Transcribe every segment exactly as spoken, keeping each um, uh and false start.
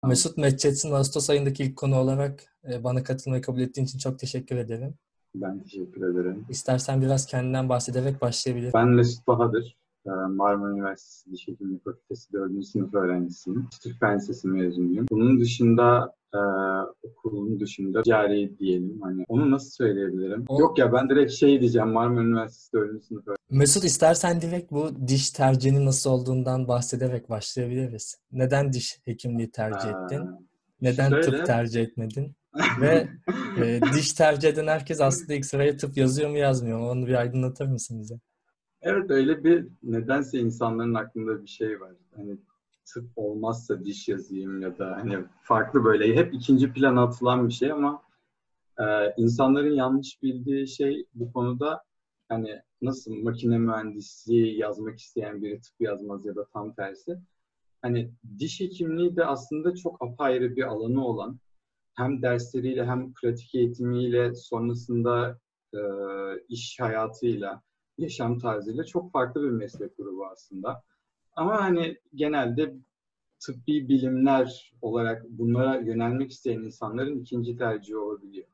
Tamam. Mesut, Medchat'in Ağustos ayındaki ilk konu olarak e, bana katılmayı kabul ettiğin için çok teşekkür ederim. Ben teşekkür ederim. İstersen biraz kendinden bahsederek başlayabilirim. Ben Mesut Bahadır. Ee, Marmara Üniversitesi Diş Hekimliği Fakültesi dördüncü sınıf öğrencisiyim. Türk Fen Lisesi mezunuyum. Bunun dışında e, okulun dışında cari diyelim. Hani onu nasıl söyleyebilirim? O, Yok ya ben direkt şey diyeceğim. Marmara Üniversitesi dördüncü sınıf öğrencisiyim. Mesut, istersen direkt bu diş tercihinin nasıl olduğundan bahsederek başlayabiliriz. Neden diş hekimliği tercih ettin? Ee, Neden tıp şöyle tercih etmedin? Ve e, diş tercih eden herkes aslında ilk sıraya tıp yazıyor mu yazmıyor mu? Onu bir aydınlatır mısın bize? evet öyle bir nedense insanların aklında bir şey var. Hani tıp olmazsa diş yazayım ya da hani farklı böyle hep ikinci plana atılan bir şey ama Ee, insanların yanlış bildiği şey bu konuda hani nasıl makine mühendisliği yazmak isteyen biri tıp yazmaz ya da tam tersi. Hani diş hekimliği de aslında çok apayrı bir alanı olan hem dersleriyle hem pratik eğitimiyle sonrasında e, iş hayatıyla, yaşam tarzıyla çok farklı bir meslek grubu aslında. Ama hani genelde tıbbi bilimler olarak bunlara yönelmek isteyen insanların ikinci tercihi olabiliyor.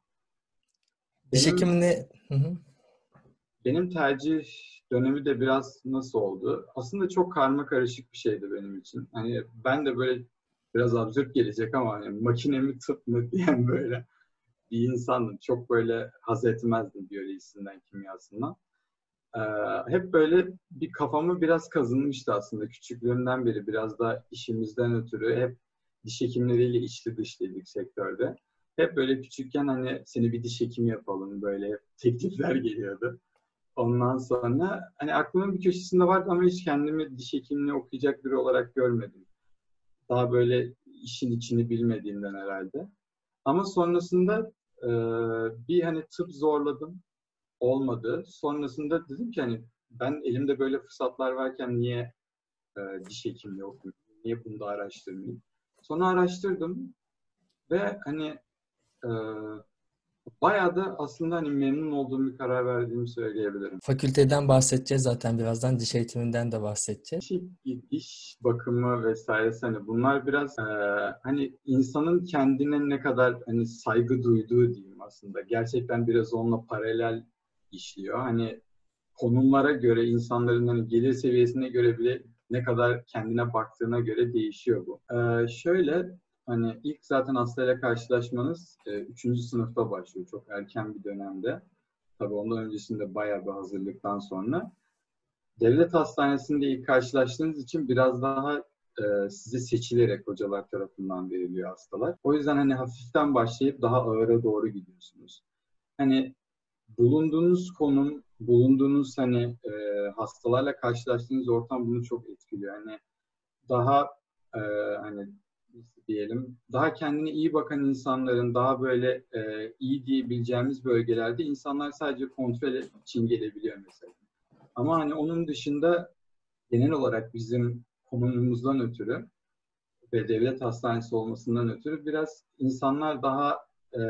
Diş Benim hekimliği... Hı hı. Benim tercih dönemi de biraz nasıl oldu? Aslında çok karma karışık bir şeydi benim için. Hani ben de böyle biraz absürt gelecek ama hani makine mi tıp mı diyen böyle bir insandım. Çok böyle haz etmezdim biyolojisinden, kimyasından. Ee, hep böyle bir kafamı biraz kazınmıştı aslında küçüklüğümden beri. Biraz da işimizden ötürü hep diş hekimleriyle içli dışlıydık sektörde. Hep böyle küçükken hani seni bir diş hekimi yapalım böyle teklifler geliyordu. Ondan sonra hani aklımın bir köşesinde vardı ama hiç kendimi diş hekimliği okuyacak biri olarak görmedim. Daha böyle işin içini bilmediğimden herhalde. Ama sonrasında e, bir hani tıp zorladım. Olmadı. Sonrasında dedim ki hani ben elimde böyle fırsatlar varken niye e, diş hekimliği okuyayım? Niye bunu da araştırmayayım? Sonra araştırdım ve hani e, bayağı da aslında hani memnun olduğum bir karar verdiğimi söyleyebilirim. Fakülteden bahsedeceğiz zaten birazdan. Diş eğitiminden de bahsedeceğiz. Diş, diş bakımı vesaire hani bunlar biraz e, hani insanın kendine ne kadar hani saygı duyduğu diyeyim aslında. Gerçekten biraz onunla paralel işliyor. Hani konumlara göre insanların hani gelir seviyesine göre bile ne kadar kendine baktığına göre değişiyor bu. E, şöyle hani ilk zaten hastayla karşılaşmanız e, üçüncü sınıfta başlıyor. Çok erken bir dönemde. Tabii ondan öncesinde bayağı bir hazırlıktan sonra. Devlet hastanesinde ilk karşılaştığınız için biraz daha e, size seçilerek hocalar tarafından veriliyor hastalar. O yüzden hani hafiften başlayıp daha ağıra doğru gidiyorsunuz. Hani bulunduğunuz konum, bulunduğunuz hani e, hastalarla karşılaştığınız ortam bunu çok etkiliyor. Hani daha e, hani nasıl diyelim, daha kendine iyi bakan insanların daha böyle e, iyi diyebileceğimiz bölgelerde insanlar sadece kontrol için gelebiliyor mesela. Ama hani onun dışında genel olarak bizim konumumuzdan ötürü ve devlet hastanesi olmasından ötürü biraz insanlar daha e,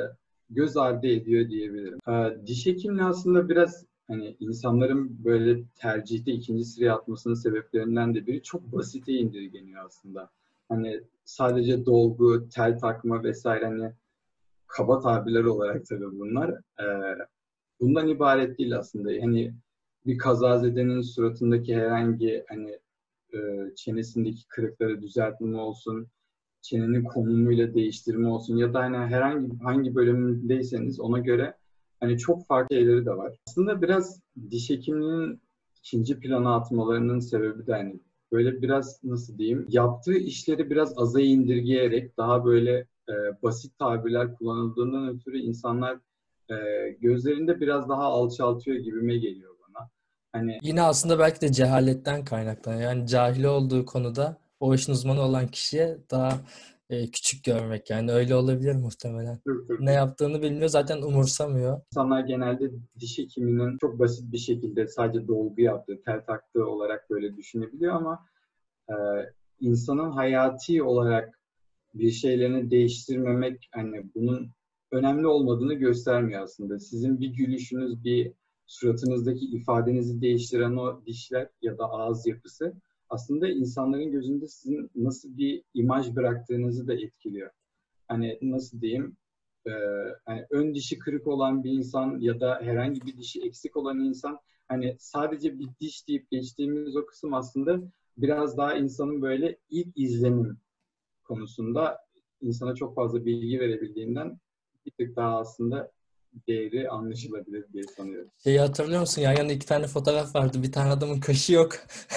göz ardı ediyor diyebilirim. E, diş hekimliği aslında biraz hani insanların böyle tercihte ikinci sıraya atmasının sebeplerinden de biri çok basite indirgeniyor aslında. Hani sadece dolgu, tel takma vesaire hani kaba tabirler olarak tabii bunlar. E, bundan ibaret değil aslında. Hani bir kazazedenin suratındaki herhangi hani e, çenesindeki kırıkları düzeltme olsun, çenenin konumuyla değiştirme olsun ya da hani herhangi hangi bölümündeyseniz ona göre hani çok farklı şeyleri de var. Aslında biraz diş hekimliğinin ikinci plana atmalarının sebebi de hani böyle biraz nasıl diyeyim yaptığı işleri biraz aza indirgeyerek daha böyle e, basit tabirler kullanıldığından ötürü insanlar e, gözlerinde biraz daha alçaltıyor gibime geliyor bana. Hani Yine aslında belki de cehaletten kaynaklanıyor. Yani cahil olduğu konuda o işin uzmanı olan kişiye daha e, küçük görmek. Yani öyle olabilir muhtemelen. dur dur Ne dur. yaptığını bilmiyor, zaten umursamıyor. İnsanlar genelde diş hekiminin çok basit bir şekilde sadece dolgu yaptığı, tel taktığı olarak böyle düşünebiliyor ama e, insanın hayati olarak bir şeylerini değiştirmemek hani bunun önemli olmadığını göstermiyor aslında. Sizin bir gülüşünüz, bir suratınızdaki ifadenizi değiştiren o dişler ya da ağız yapısı aslında insanların gözünde sizin nasıl bir imaj bıraktığınızı da etkiliyor. Hani nasıl diyeyim, e, hani ön dişi kırık olan bir insan ya da herhangi bir dişi eksik olan insan, hani sadece bir diş deyip geçtiğimiz o kısım aslında biraz daha insanın böyle ilk izlenim konusunda insana çok fazla bilgi verebildiğinden bir tık daha aslında değeri anlaşılabilir diye sanıyorum. Şeyi hatırlıyor musun? Yan yana iki tane fotoğraf vardı. Bir tane adamın kaşı yok.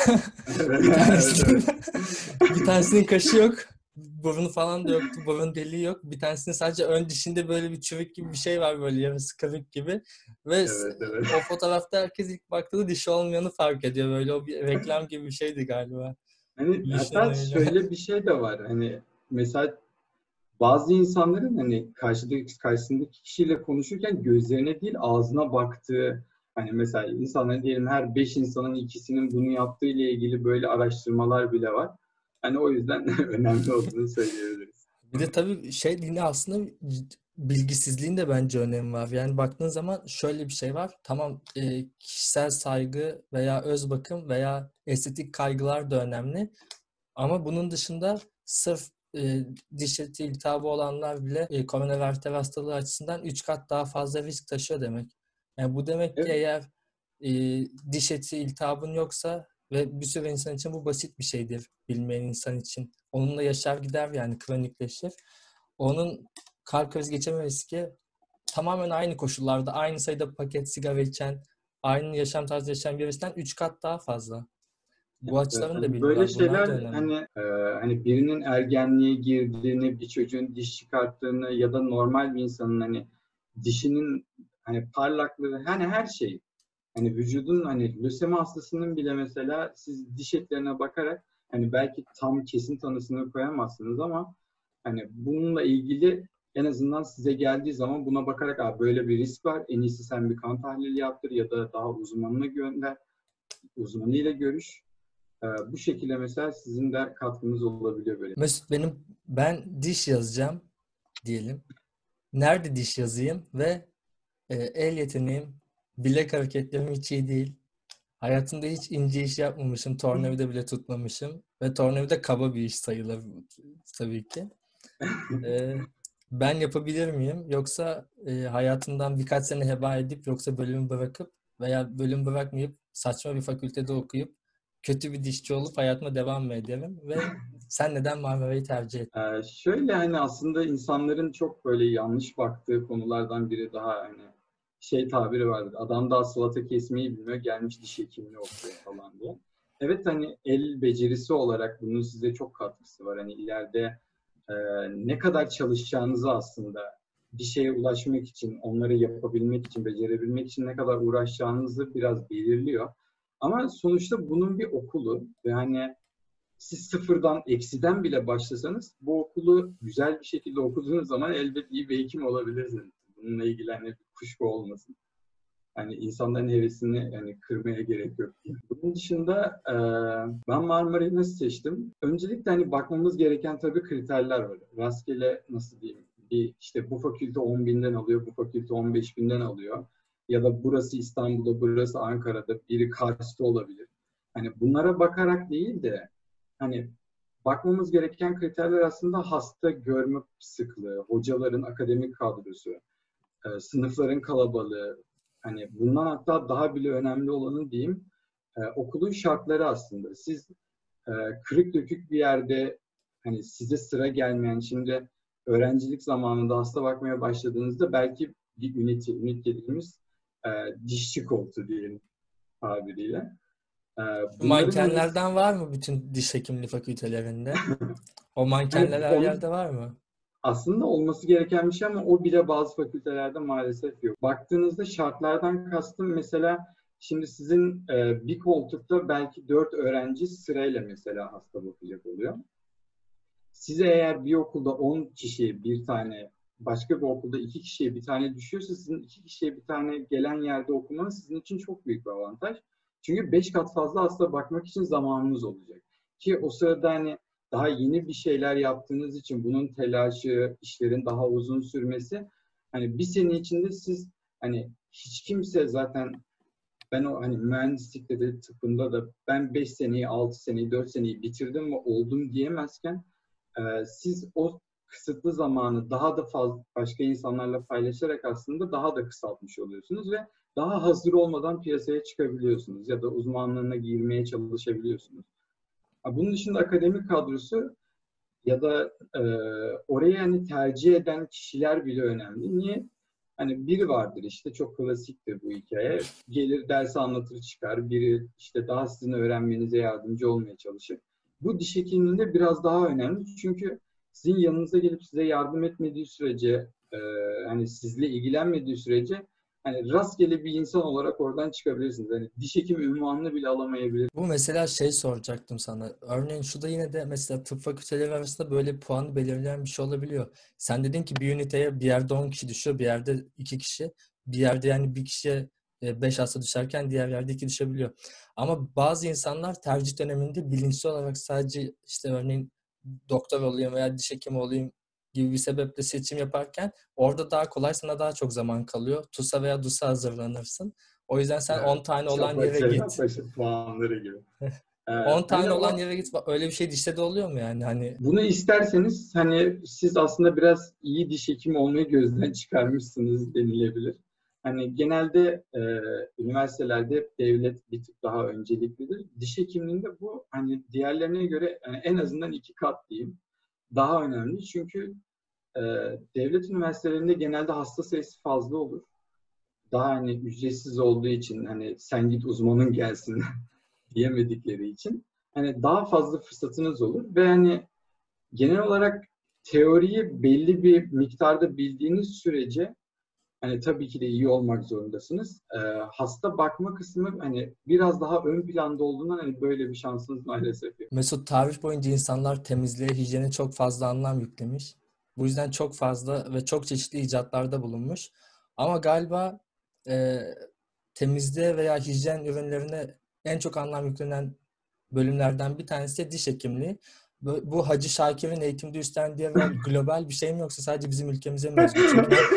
Bir Evet, tanesinin evet. bir tanesinin kaşı yok. Burnu falan da yoktu. Burun deliği yok. Bir tanesinin sadece ön dişinde böyle bir çürük gibi bir şey var, böyle yarısı kırık gibi. Ve s- Evet, evet. o fotoğrafta herkes ilk baktığında dişi olmayanı fark ediyor. Böyle o bir reklam gibi bir şeydi galiba. Hani Gülüşün hatta öyle. şöyle bir şey de var. Hani mesela bazı insanların hani karşıdaki karşısındaki kişiyle konuşurken gözlerine değil ağzına baktığı, hani mesela insanların diyelim her beş insanın ikisinin bunu yaptığı ile ilgili böyle araştırmalar bile var. Hani o yüzden önemli olduğunu söyleyebiliriz. Bir de tabii şey, yine aslında bilgisizliğin de bence önemi var. Yani baktığın zaman şöyle bir şey var. Tamam, e, kişisel saygı veya öz bakım veya estetik kaygılar da önemli. Ama bunun dışında sırf e, diş eti iltihabı olanlar bile e, koroner arter hastalığı açısından üç kat daha fazla risk taşıyor demek. Yani bu demek ki Evet. eğer e, diş eti iltihabın yoksa ve bir sürü insan için bu basit bir şeydir, bilmeyen insan için. Onunla yaşar gider, yani kronikleşir. Onun kalp krizi geçirme riski tamamen aynı koşullarda, aynı sayıda paket sigara içen, aynı yaşam tarzı yaşayan birisinden üç kat daha fazla. Bu Evet, açıların da hani bilimi böyle var. Bunlar da şeyler önemli. hani e, hani birinin ergenliğe girdiğini, bir çocuğun diş çıkarttığını ya da normal bir insanın hani dişinin hani parlaklığı, hani her şey, hani vücudun, hani lösemi hastasının bile mesela siz diş etlerine bakarak hani belki tam kesin tanısını koyamazsınız ama hani bununla ilgili en azından size geldiği zaman buna bakarak abi böyle bir risk var, en iyisi sen bir kan tahlili yaptır ya da daha uzmanına gönder, uzmanıyla görüş. Ee, bu şekilde mesela sizin de katkınız olabiliyor böyle. Mesut, benim ben diş yazacağım diyelim. Nerede diş yazayım ve e, el yeteneğim, bilek hareketlerim hiç iyi değil. Hayatımda hiç ince iş yapmamışım. Tornavida bile tutmamışım. Ve tornavida kaba bir iş sayılır tabii ki. E, Ben yapabilir miyim? Yoksa e, hayatımdan birkaç sene heba edip, yoksa bölümü bırakıp veya bölüm bırakmayıp saçma bir fakültede okuyup kötü bir dişçi olup hayatıma devam mı ederim? Ve sen neden Marmara'yı tercih ettin? Ee, şöyle hani aslında insanların çok böyle yanlış baktığı konulardan biri daha hani şey tabiri vardır. Adam daha salata kesmeyi bilmiyor, gelmiş diş hekimliği okuyor falan diye. Evet, hani el becerisi olarak bunun size çok katkısı var. Hani ileride e, ne kadar çalışacağınızı aslında bir şeye ulaşmak için, onları yapabilmek için, becerebilmek için ne kadar uğraşacağınızı biraz belirliyor. Ama sonuçta bunun bir okulu ve hani siz sıfırdan, eksiden bile başlasanız bu okulu güzel bir şekilde okuduğunuz zaman elbette iyi bir hekim olabilirsiniz. Bununla ilgili hani bir kuşku olmasın. Hani insanların hevesini yani kırmaya gerek yok. Bunun dışında e, ben Marmara'yı nasıl seçtim? Öncelikle hani bakmamız gereken tabii kriterler var. Rastgele nasıl diyeyim? Bir işte bu fakülte on binden alıyor, bu fakülte on beş binden alıyor. Ya da burası İstanbul'da, burası Ankara'da, biri Kars'ta olabilir. Hani bunlara bakarak değil de hani bakmamız gereken kriterler aslında hasta görme sıklığı, hocaların akademik kadrosu, e, sınıfların kalabalığı, hani bundan hatta daha bile önemli olanı diyeyim, e, okulun şartları aslında. Siz e, kırık dökük bir yerde hani size sıra gelmeyen, şimdi öğrencilik zamanında hasta bakmaya başladığınızda belki bir ünite, ünit dediğimiz e, dişçi koltuğu diyelim tabiriyle. E, bunların hani Mankenlerden var mı bütün diş hekimliği fakültelerinde? O hani mankenler her on, yerde var mı? aslında olması gereken bir şey ama o bile bazı fakültelerde maalesef yok. Baktığınızda şartlardan kastım mesela şimdi sizin e, bir koltukta belki dört öğrenci sırayla mesela hasta bakacak oluyor. Size eğer bir okulda on kişiye bir tane, başka bir okulda iki kişiye bir tane düşüyorsa sizin iki kişiye bir tane gelen yerde okumanız sizin için çok büyük bir avantaj. Çünkü beş kat fazla hasta bakmak için zamanınız olacak. Ki o sırada hani daha yeni bir şeyler yaptığınız için bunun telaşı, işlerin daha uzun sürmesi, hani bir sene içinde siz hani hiç kimse zaten ben o hani mühendislikte de tıpında da ben beş seneyi, altı seneyi, dört seneyi bitirdim ve oldum diyemezken e, siz o kısıtlı zamanı daha da fazla başka insanlarla paylaşarak aslında daha da kısaltmış oluyorsunuz ve daha hazır olmadan piyasaya çıkabiliyorsunuz ya da uzmanlığına girmeye çalışabiliyorsunuz. Bunun dışında akademik kadrosu ya da e, orayı hani tercih eden kişiler bile önemli. Niye? Hani biri vardır işte çok klasiktir bu hikaye. Gelir dersi anlatır çıkar. Biri işte daha sizin öğrenmenize yardımcı olmaya çalışır. Bu diş hekimliğinde biraz daha önemli. Çünkü sizin yanınıza gelip size yardım etmediği sürece, e, hani sizle ilgilenmediği sürece hani rastgele bir insan olarak oradan çıkabilirsiniz. Hani diş hekimi unvanını bile alamayabilir. Bu mesela şey soracaktım sana. Örneğin şu da yine de mesela tıp fakülteleri arasında böyle puan belirleyen bir şey olabiliyor. Sen dedin ki bir üniteye bir yerde on kişi düşüyor, bir yerde iki kişi. Bir yerde yani bir kişiye beş hasta düşerken diğer yerde iki düşebiliyor. Ama bazı insanlar tercih döneminde bilinçli olarak sadece işte örneğin doktor olayım veya diş hekimi olayım gibi bir sebeple seçim yaparken orada daha kolay, sana daha çok zaman kalıyor. TUS'a veya DUS'a hazırlanırsın. O yüzden sen Evet. on tane olan Şafak yere git. Cerrahpaşa puanları gibi. Ee, on hani tane olan o yere git. Öyle bir şey dişte de oluyor mu yani? Hani bunu isterseniz hani siz aslında biraz iyi diş hekimi olmayı gözden çıkarmışsınız denilebilir. Hani genelde e, üniversitelerde devlet bir tık daha önceliklidir. Diş hekimliğinde bu hani diğerlerine göre yani en azından iki kat diyeyim daha önemli. Çünkü e, devlet üniversitelerinde genelde hasta sayısı fazla olur. Daha hani ücretsiz olduğu için hani sen git uzmanın gelsin diyemedikleri için hani daha fazla fırsatınız olur ve hani genel olarak teoriyi belli bir miktarda bildiğiniz sürece hani tabii ki de iyi olmak zorundasınız. Ee, hasta bakma kısmı hani biraz daha ön planda olduğundan hani böyle bir şansınız maalesef yok. Mesut, tarih boyunca insanlar temizliğe, hijyene çok fazla anlam yüklemiş. Bu yüzden çok fazla ve çok çeşitli icatlarda bulunmuş. Ama galiba e, temizliğe veya hijyen ürünlerine en çok anlam yüklenen bölümlerden bir tanesi de diş hekimliği. Bu, bu Hacı Şakir'in eğitimde üstlendiği ve global bir şey mi yoksa sadece bizim ülkemize mi özgü? Çünkü ben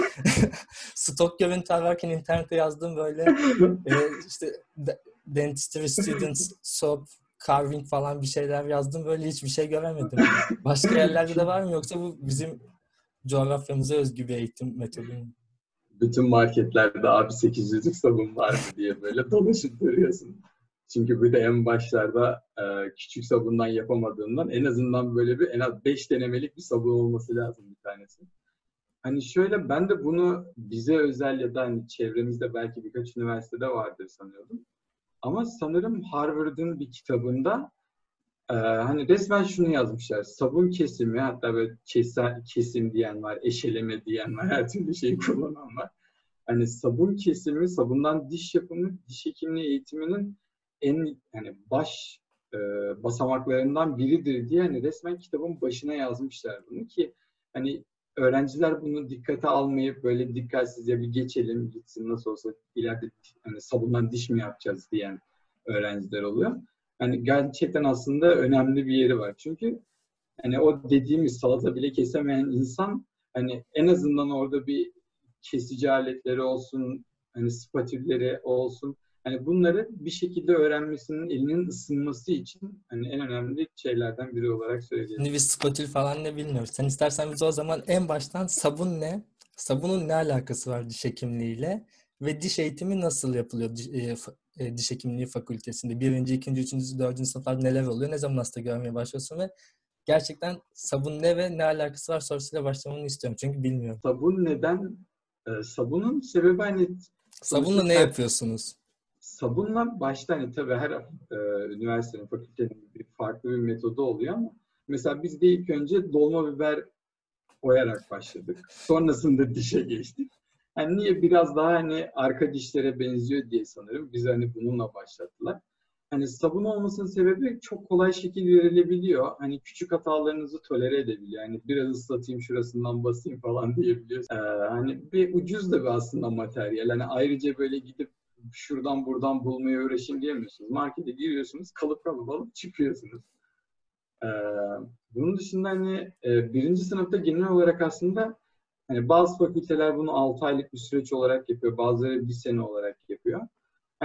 stok görüntü ararken internette yazdığım böyle e, işte dentistry students soap carving falan bir şeyler yazdım. Böyle hiçbir şey göremedim. Başka yerlerde de var mı yoksa bu bizim coğrafyamıza özgü bir eğitim metodu mu? Bütün marketlerde abi sekiz yüzlük sabun var mı diye böyle dolaşıp duruyorsun. Çünkü bir de en başlarda e, küçük sabundan yapamadığından en azından böyle bir en az beş denemelik bir sabun olması lazım bir tanesi. Hani şöyle ben de bunu bize özel ya da hani çevremizde belki birkaç üniversitede vardır sanıyordum. Ama sanırım Harvard'ın bir kitabında e, hani resmen şunu yazmışlar. Sabun kesimi hatta böyle kesen, kesim diyen var, eşeleme diyen var, her türlü şeyi kullanan var. Hani sabun kesimi, sabundan diş yapımı, diş hekimliği eğitiminin en hani baş e, basamaklarından biridir diye hani resmen kitabın başına yazmışlar bunu ki hani öğrenciler bunu dikkate almayıp böyle dikkatsiz ya bir geçelim gitsin nasıl olsa ileride hani sabundan diş mi yapacağız diyen öğrenciler oluyor. Hani gerçekten aslında önemli bir yeri var. Çünkü hani o dediğimiz salata bile kesemeyen insan hani en azından orada bir kesici aletleri olsun, hani spatülleri olsun. Hani bunları bir şekilde öğrenmesinin, elinin ısınması için hani en önemli şeylerden biri olarak Şimdi söyleyebilirim. biz spatül falan ne bilmiyoruz. Sen istersen biz o zaman en baştan sabun ne? Sabunun ne alakası var diş hekimliğiyle? Ve diş eğitimi nasıl yapılıyor di- e, fa- e, diş hekimliği fakültesinde? Birinci, ikinci, üçüncü, dördüncü sınıflar neler oluyor? Ne zaman hasta görmeye başlıyorsun ve gerçekten sabun ne ve ne alakası var sorusuyla başlamanı istiyorum. Çünkü bilmiyorum. Sabun neden? Ee, sabunun sebebi hani sonuçta Sabunla ne ter, yapıyorsunuz? sabunla başta hani tabii her e, üniversitenin, fakültenin bir farklı bir metodu oluyor ama mesela biz de ilk önce dolma biber koyarak başladık. Sonrasında dişe geçtik. Yani niye biraz daha hani arka dişlere benziyor diye sanırım. Biz hani bununla başlattılar. Hani sabun olmasının sebebi çok kolay şekil verilebiliyor. Hani küçük hatalarınızı tolere edebiliyor. Yani biraz ıslatayım şurasından basayım falan diyebiliyorsun. Ee, hani bir ucuz da bir aslında materyal. Hani ayrıca böyle gidip şuradan buradan bulmaya uğraşayım diyemiyorsunuz. Markete giriyorsunuz, kalıp kalıp alıp çıkıyorsunuz. Ee, bunun dışında hani e, birinci sınıfta genel olarak aslında hani bazı fakülteler bunu altı aylık bir süreç olarak yapıyor, bazıları bir sene olarak yapıyor. Hani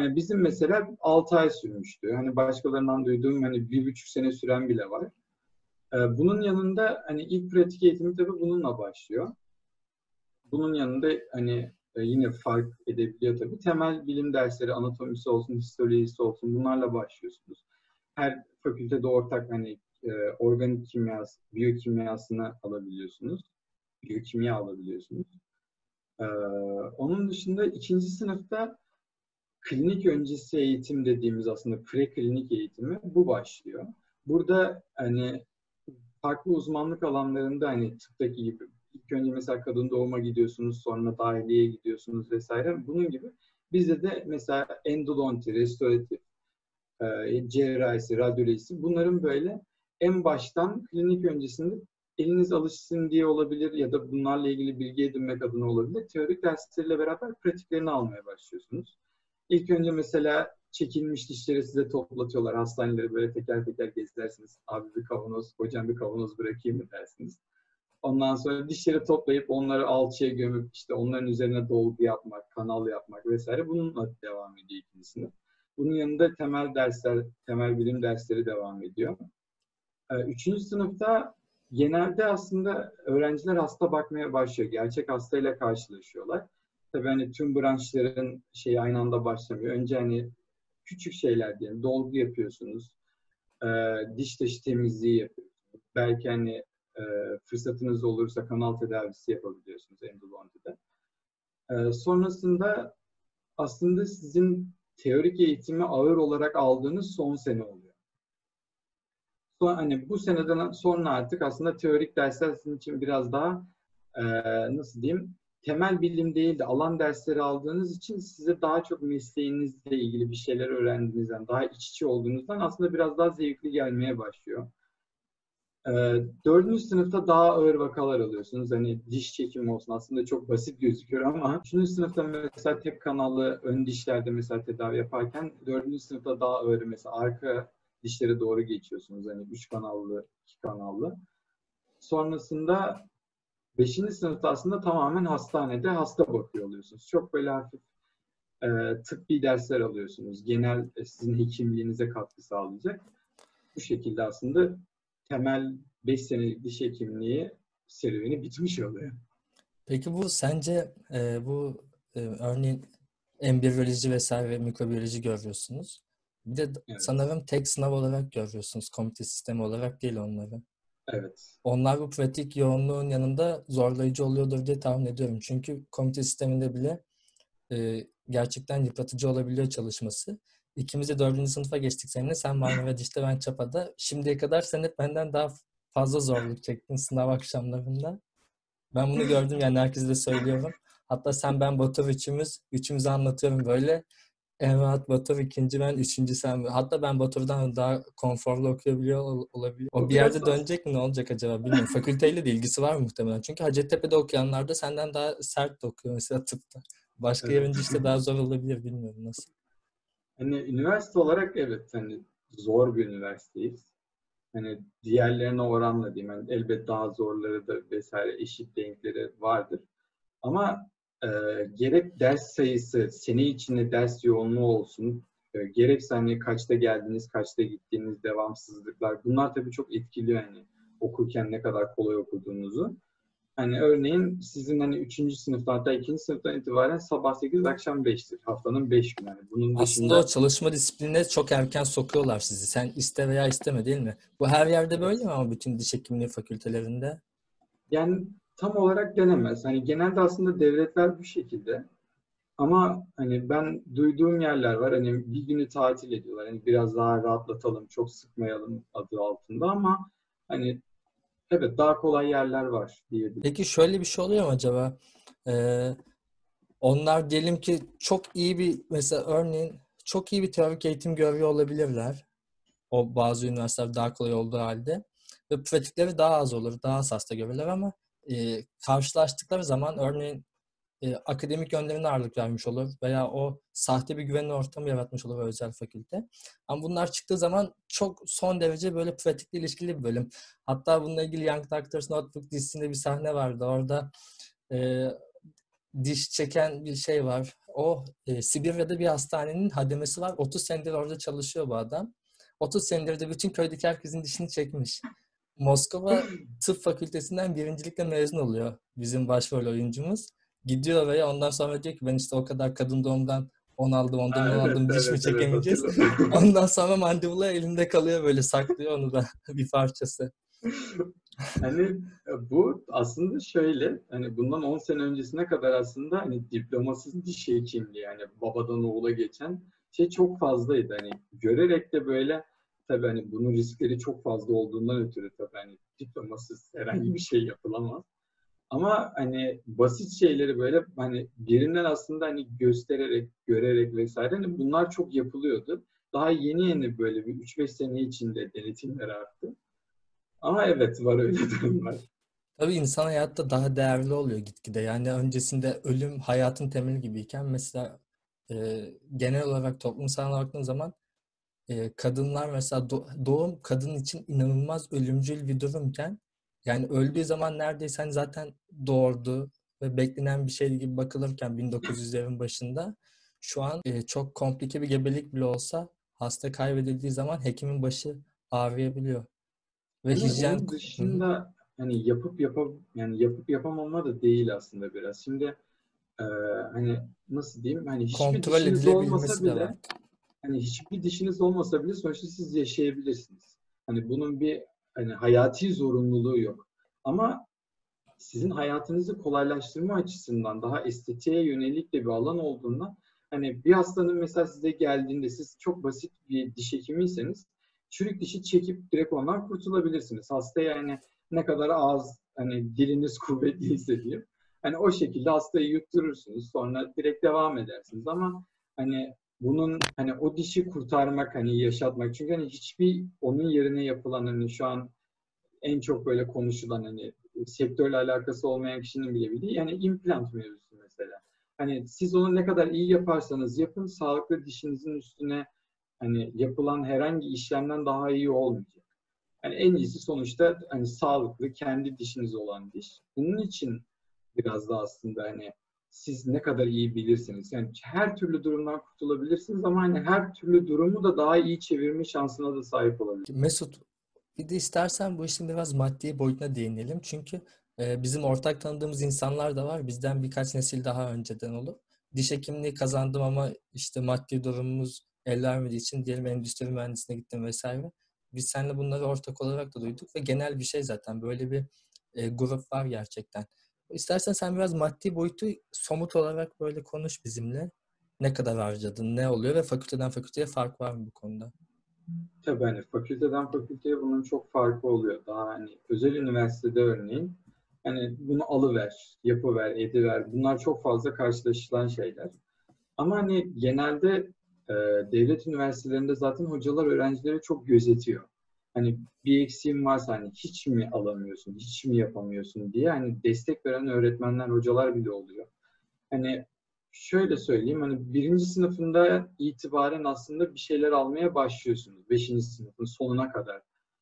Yani bizim mesela altı ay sürmüştü. Hani başkalarından duyduğum hani bir buçuk sene süren bile var. Ee, bunun yanında hani ilk pratik eğitimi tabii bununla başlıyor. Bunun yanında hani e, yine fark edebiliyor tabii. Temel bilim dersleri, anatomisi olsun, histolojisi olsun bunlarla başlıyorsunuz. Her fakültede ortak hani e, organik kimyası, biyokimyasını alabiliyorsunuz. Biyokimya alabiliyorsunuz. Ee, Onun dışında ikinci sınıfta klinik öncesi eğitim dediğimiz aslında preklinik eğitimi bu başlıyor. Burada hani farklı uzmanlık alanlarında hani tıptaki gibi ilk önce mesela kadın doğuma gidiyorsunuz, sonra dahiliyeye gidiyorsunuz vesaire. Bunun gibi bizde de mesela endodonti, restoratif, e, cerrahisi, radyolojisi bunların böyle en baştan klinik öncesinde eliniz alışsın diye olabilir ya da bunlarla ilgili bilgi edinmek adına olabilir. Teorik dersleriyle beraber pratiklerini almaya başlıyorsunuz. İlk önce mesela çekilmiş dişleri size toplatıyorlar. Hastaneleri böyle teker teker gezersiniz. Abi bir kavanoz, hocam bir kavanoz bırakayım mı dersiniz. Ondan sonra dişleri toplayıp onları alçıya gömüp işte onların üzerine dolgu yapmak, kanal yapmak vesaire bununla devam ediyor ikincisinde. Bunun yanında temel dersler, temel bilim dersleri devam ediyor. Üçüncü sınıfta genelde aslında öğrenciler hasta bakmaya başlıyor. Gerçek hastayla karşılaşıyorlar. Tabii hani tüm branşların şeyi aynı anda başlamıyor. Önce hani küçük şeyler diyelim. Dolgu yapıyorsunuz. E, diş taşı temizliği yapıyorsunuz. Belki hani e, fırsatınız olursa kanal tedavisi yapabiliyorsunuz endodontide. E, sonrasında aslında sizin teorik eğitimi ağır olarak aldığınız son sene oluyor. Sonra, hani bu seneden sonra artık aslında teorik dersler sizin için biraz daha e, nasıl diyeyim temel bilim değil de alan dersleri aldığınız için size daha çok mesleğinizle ilgili bir şeyler öğrendiğinizden, daha iç içe olduğunuzdan aslında biraz daha zevkli gelmeye başlıyor. E, Dördüncü sınıfta daha ağır vakalar alıyorsunuz. Hani diş çekimi olsun aslında çok basit gözüküyor ama üçüncü sınıfta mesela tek kanallı ön dişlerde mesela tedavi yaparken dördüncü sınıfta daha ağır mesela arka dişlere doğru geçiyorsunuz. Hani üç kanallı, iki kanallı. Sonrasında beşinci sınıfta aslında tamamen hastanede hasta bakıyor oluyorsunuz. Çok böyle hafif e, tıbbi dersler alıyorsunuz. Genel e, sizin hekimliğinize katkı sağlayacak. Bu şekilde aslında temel beş senelik diş hekimliği serüveni bitmiş oluyor. Peki bu sence e, bu e, örneğin embriyoloji vesaire ve mikrobiyoloji görüyorsunuz. Bir de Evet. sanırım tek sınav olarak görüyorsunuz. Komite sistemi olarak değil onları. Evet. Onlar bu pratik yoğunluğun yanında zorlayıcı oluyordur diye tahmin ediyorum. Çünkü komite sisteminde bile e, gerçekten yıpratıcı olabiliyor çalışması. İkimiz de dördüncü sınıfa geçtik seninle. Sen Marmara Diş'te, ben Çapa'da. Şimdiye kadar sen hep benden daha fazla zorluk çektin sınav akşamlarında. Ben bunu gördüm, yani herkese de söylüyorum. Hatta sen, ben, Batur üçümüz, üçümüzü anlatıyorum böyle. En rahat Batur, ikinci ben, üçüncü sen. Hatta ben Batur'dan daha konforlu okuyabiliyor ol- olabiliyor. O O bir biraz yerde az. dönecek mi, ne olacak acaba bilmiyorum. Fakülteyle de ilgisi var muhtemelen. Çünkü Hacettepe'de okuyanlar da senden daha sert de okuyor mesela tıpta. Başka Evet. yerinde işte daha zor olabilir, bilmiyorum nasıl. Hani üniversite olarak evet hani zor bir üniversiteyiz. Hani diğerlerine oranla diyeyim. Yani elbet daha zorları da vesaire eşit denkleri vardır. Ama e, gerek ders sayısı, sene içinde ders yoğunluğu olsun, e, gerekse hani kaçta geldiniz, kaçta gittiğiniz devamsızlıklar. Bunlar tabii çok etkiliyor yani okurken ne kadar kolay okuduğunuzu. Hani örneğin sizin hani üçüncü sınıfta hatta ikinci sınıftan itibaren sabah sekiz akşam beştir. Haftanın beş günü. Yani bunun Aslında o dışında çalışma disiplinine çok erken sokuyorlar sizi. Sen iste veya isteme, değil mi? Bu her yerde böyle evet. mi ama bütün diş hekimliği fakültelerinde? Yani tam olarak denemez. Hani genelde aslında devletler bu şekilde. Ama hani ben duyduğum yerler var. Hani bir günü tatil ediyorlar. Hani biraz daha rahatlatalım, çok sıkmayalım adı altında ama hani evet daha kolay yerler var diyebilirim. Peki şöyle bir şey oluyor mu acaba? Ee, Onlar diyelim ki çok iyi bir, mesela örneğin çok iyi bir teorik eğitim görüyor olabilirler. O bazı üniversiteler daha kolay olduğu halde. Ve pratikleri daha az olur. Daha az hasta görürler ama e, karşılaştıkları zaman örneğin e, akademik yönlerine ağırlık vermiş olur veya o sahte bir güven ortamı yaratmış olur özel fakülte. Ama bunlar çıktığı zaman çok son derece böyle pratikle ilişkili bir bölüm. Hatta bununla ilgili Young Doctors Notebook dizisinde bir sahne vardı. Orada e, diş çeken bir şey var. O e, Sibirya'da bir hastanenin hademesi var. otuz senedir orada çalışıyor bu adam. otuz senedir de bütün köydeki herkesin dişini çekmiş. Moskova Tıp Fakültesinden birincilikle mezun oluyor bizim başrol oyuncumuz. Gidiyor oraya, ondan sonra diyor ki ben işte o kadar kadın doğumdan on aldım, ondan Ha, on evet, aldım, diş mi evet, evet, çekemeyeceğiz? hatırladım. Ondan sonra mandibular elinde kalıyor, böyle saklıyor onu da bir parçası. Hani e, bu aslında şöyle, hani bundan on sene öncesine kadar aslında hani diplomasız diş hekimliği, yani babadan oğula geçen şey çok fazlaydı. Hani görerek de böyle, tabii hani bunun riskleri çok fazla olduğundan ötürü tabii hani diplomasız herhangi bir şey yapılamaz. Ama hani basit şeyleri böyle hani birinden aslında hani göstererek, görerek vesaire, hani bunlar çok yapılıyordu. Daha yeni yeni böyle bir üç beş sene içinde denetimler arttı. Ama evet, var öyle durumlar. Tabii insan hayatta daha değerli oluyor gitgide. Yani öncesinde ölüm hayatın temeli gibiyken mesela e, genel olarak toplumsal baktığın zaman e, kadınlar mesela do- doğum kadın için inanılmaz ölümcül bir durumken, yani öldüğü zaman neredeyse hani zaten doğurdu ve beklenen bir şey gibi bakılırken bin dokuz yüzlerin başında, şu an e, çok komplike bir gebelik bile olsa hasta kaybedildiği zaman hekimin başı ağrıyabiliyor. Ve Hani hijyen. onun Hı hı. dışında hani yapıp yapam yani yapıp yapamama da değil aslında biraz. Şimdi e, hani nasıl diyeyim, hani hiçbir Kontrol dişiniz olmasa edilebilmesi de var. bile, hani hiçbir dişiniz olmasa bile sonuçta siz yaşayabilirsiniz. Hani bunun bir hani hayati zorunluluğu yok. Ama sizin hayatınızı kolaylaştırma açısından daha estetiğe yönelik de bir alan olduğundan, hani bir hastanın mesela size geldiğinde siz çok basit bir diş hekimiyseniz çürük dişi çekip direkt ondan kurtulabilirsiniz. Hasta yani ne kadar az hani diliniz kuvvetliyse diyeyim. Hani o şekilde hastayı yutturursunuz, sonra direkt devam edersiniz, ama hani bunun hani o dişi kurtarmak, hani yaşatmak, çünkü hani hiçbir onun yerine yapılan, hani şu an en çok böyle konuşulan, hani sektörle alakası olmayan kişinin bile bildiği, yani implant mevzusu mesela. Hani siz onu ne kadar iyi yaparsanız yapın, sağlıklı dişinizin üstüne hani yapılan herhangi işlemden daha iyi olmayacak. Yani en iyisi sonuçta hani sağlıklı kendi dişiniz olan diş. Bunun için biraz da aslında hani siz ne kadar iyi bilirsiniz. Yani her türlü durumdan kurtulabilirsiniz, ama hani her türlü durumu da daha iyi çevirme şansına da sahip olabilirsiniz. Mesut, bir de istersen bu işin biraz maddi boyutuna değinelim. Çünkü e, bizim ortak tanıdığımız insanlar da var. Bizden birkaç nesil daha önceden olup. Diş hekimliği kazandım ama işte maddi durumumuz el vermediği için diyelim endüstri mühendisliğine gittim vesaire. Biz seninle bunları ortak olarak da duyduk ve genel bir şey zaten. Böyle bir e, grup var gerçekten. İstersen sen biraz maddi boyutu somut olarak böyle konuş bizimle. Ne kadar harcadın, ne oluyor ve fakülteden fakülteye fark var mı bu konuda? Tabii hani fakülteden fakülteye bunun çok farkı oluyor. Daha hani özel üniversitede örneğin hani bunu alıver, yapıver, ediver. Bunlar çok fazla karşılaşılan şeyler. Ama hani genelde e, devlet üniversitelerinde zaten hocalar öğrencileri çok gözetiyor. Hani bir eksiğin varsa hani hiç mi alamıyorsun, hiç mi yapamıyorsun diye hani destek veren öğretmenler, hocalar bile oluyor. Hani şöyle söyleyeyim, hani birinci sınıfında itibaren aslında bir şeyler almaya başlıyorsunuz. Beşinci sınıfın sonuna kadar.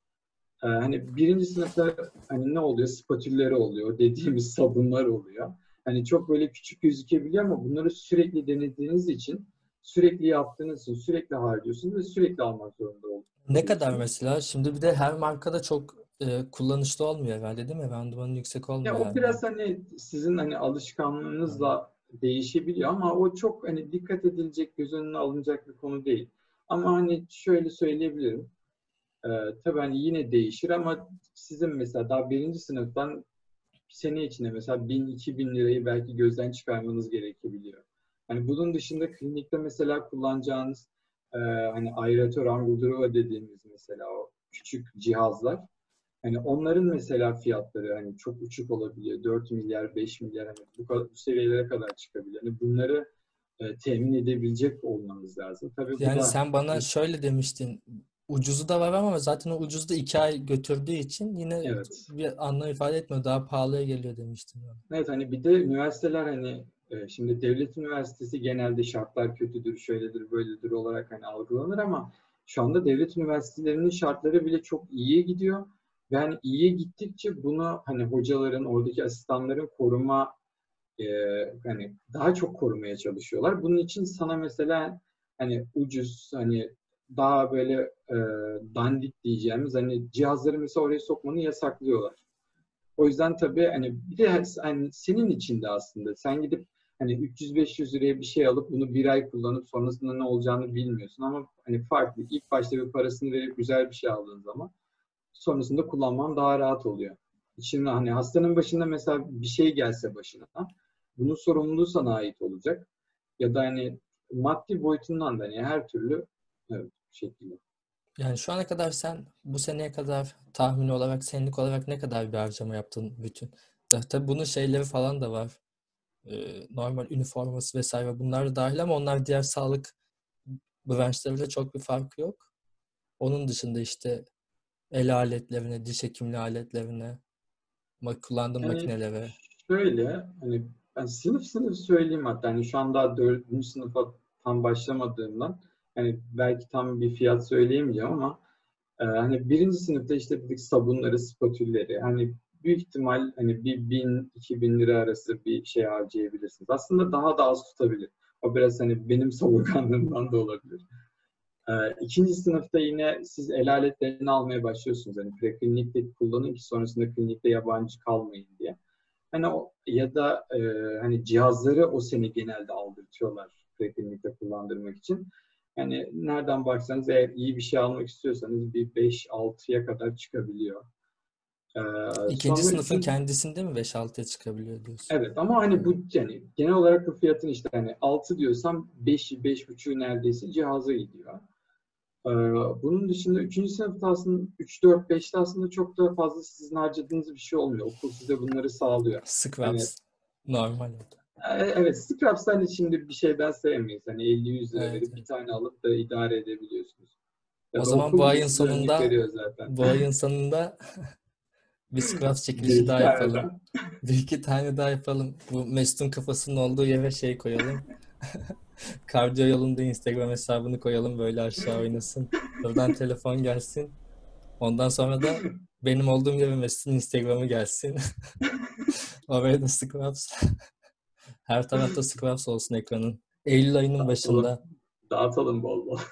Ee, hani birinci sınıfta hani ne oluyor? Spatülleri oluyor, dediğimiz sabunlar oluyor. Hani çok böyle küçük gözükebiliyor, ama bunları sürekli denediğiniz için, sürekli yaptığınız için sürekli harcıyorsunuz ve sürekli almak zorunda ol- Ne kadar oluyorsunuz. mesela? Şimdi bir de her markada çok e, kullanışlı olmuyor herhalde, değil mi? Randımanı yüksek Ya olmuyor o her biraz marka. hani sizin hani alışkanlığınızla değişebiliyor, ama o çok hani dikkat edilecek, göz önüne alınacak bir konu değil. Ama hani şöyle söyleyebilirim. Ee, tabii hani yine değişir, ama sizin mesela daha birinci sınıftan sene içinde mesela bin iki bin lirayı belki gözden çıkarmanız gerekebiliyor. Hani bunun dışında klinikte mesela kullanacağınız e, hani aeratör angulduruva dediğimiz mesela o küçük cihazlar, hani onların mesela fiyatları hani çok uçuk olabiliyor. dört milyar, beş milyar, hani bu, kadar, bu seviyelere kadar çıkabiliyor. Hani bunları e, temin edebilecek olmamız lazım. Tabii bu Yani da sen bana hani, şöyle demiştin. Ucuzu da var ama zaten o ucuzu da iki ay götürdüğü için yine evet. bir anlam ifade etmiyor. Daha pahalıya geliyor demiştin bana. Evet, hani bir de üniversiteler hani e, şimdi devlet üniversitesi genelde şartlar kötüdür, şöyledir, böyledir olarak hani algılanır, ama şu anda devlet üniversitelerinin şartları bile çok iyiye gidiyor. Ve hani iyiye gittikçe bunu hani hocaların, oradaki asistanların koruma e, hani daha çok korumaya çalışıyorlar. Bunun için sana mesela hani ucuz, hani daha böyle e, dandik diyeceğimiz hani cihazları mesela oraya sokmanı yasaklıyorlar. O yüzden tabii hani bir de hani senin için de aslında sen gidip hani üç yüz beş yüz liraya bir şey alıp bunu bir ay kullanıp sonrasında ne olacağını bilmiyorsun ama hani farklı. İlk başta bir parasını verip güzel bir şey aldığın zaman sonrasında kullanman daha rahat oluyor. Şimdi hani hastanın başında mesela bir şey gelse başına, bunun sorumluluğu sana ait olacak. Ya da hani maddi boyutundan da hani her türlü evet, bu şekilde. Yani şu ana kadar sen bu seneye kadar tahmin olarak, senelik olarak ne kadar bir harcama yaptın bütün? Ya tabii bunun şeyleri falan da var. Ee, normal üniforması vesaire bunlar da dahil ama onlar diğer sağlık branşlarıyla çok bir farkı yok. Onun dışında işte el aletlerine, diş hekimliği aletlerine, ma- kullandığım Yani makinelere. şöyle hani ben sınıf sınıf söyleyeyim, hatta hani şu an daha dördüncü sınıfa tam başlamadığımdan hani belki tam bir fiyat söyleyemeyeceğim ama e, hani birinci sınıfta işte dedik sabunları, spatülleri hani büyük ihtimal hani bir bin iki bin lira arası bir şey harcayabilirsiniz. Aslında daha da az tutabilir. O biraz hani benim savurganlığımdan da olabilir. E, ikinci sınıfta yine siz el aletlerini almaya başlıyorsunuz. Hani preklinikte kullanın ki sonrasında klinikte yabancı kalmayın diye. Hani o, ya da e, hani cihazları o sene genelde aldırtıyorlar preklinikte kullandırmak için. Yani nereden baksanız eğer iyi bir şey almak istiyorsanız bir beş altıya kadar çıkabiliyor. Ee, İkinci sonra sınıfın üçüncü, kendisinde mi beş altıya çıkabiliyor diyorsun? evet ama hani bu yani genel olarak bu fiyatın işte hani altı diyorsam beşi beş buçuğu neredeyse cihaza gidiyor. Ee, bunun dışında üçüncü sınıfta aslında üç dört beşte aslında çok da fazla sizin harcadığınız bir şey olmuyor. Okul size bunları sağlıyor. Hani Scrubs. Normal oldu. e, evet, Scrubs hani şimdi bir şeyden sevmeyiz. Hani elli yüz lira Evet, verip bir evet. tane alıp da idare edebiliyorsunuz. O Ya da zaman bu okul ayın size örnek sonunda veriyor zaten. bu ayın sonunda bir Scrubs Bir çekilişi iki daha tane yapalım. daha. Bir iki tane daha yapalım. Bu Mesut'un kafasının olduğu yere şey koyalım. Kardiyo yolunda Instagram hesabını koyalım böyle aşağı oynasın. Oradan telefon gelsin. Ondan sonra da benim olduğum yere Mesut'un Instagram'ı gelsin. Oraya da Scrubs. Her tarafta Scrubs olsun ekranın. Eylül ayının Dağıtalım. başında. Dağıtalım bol bol.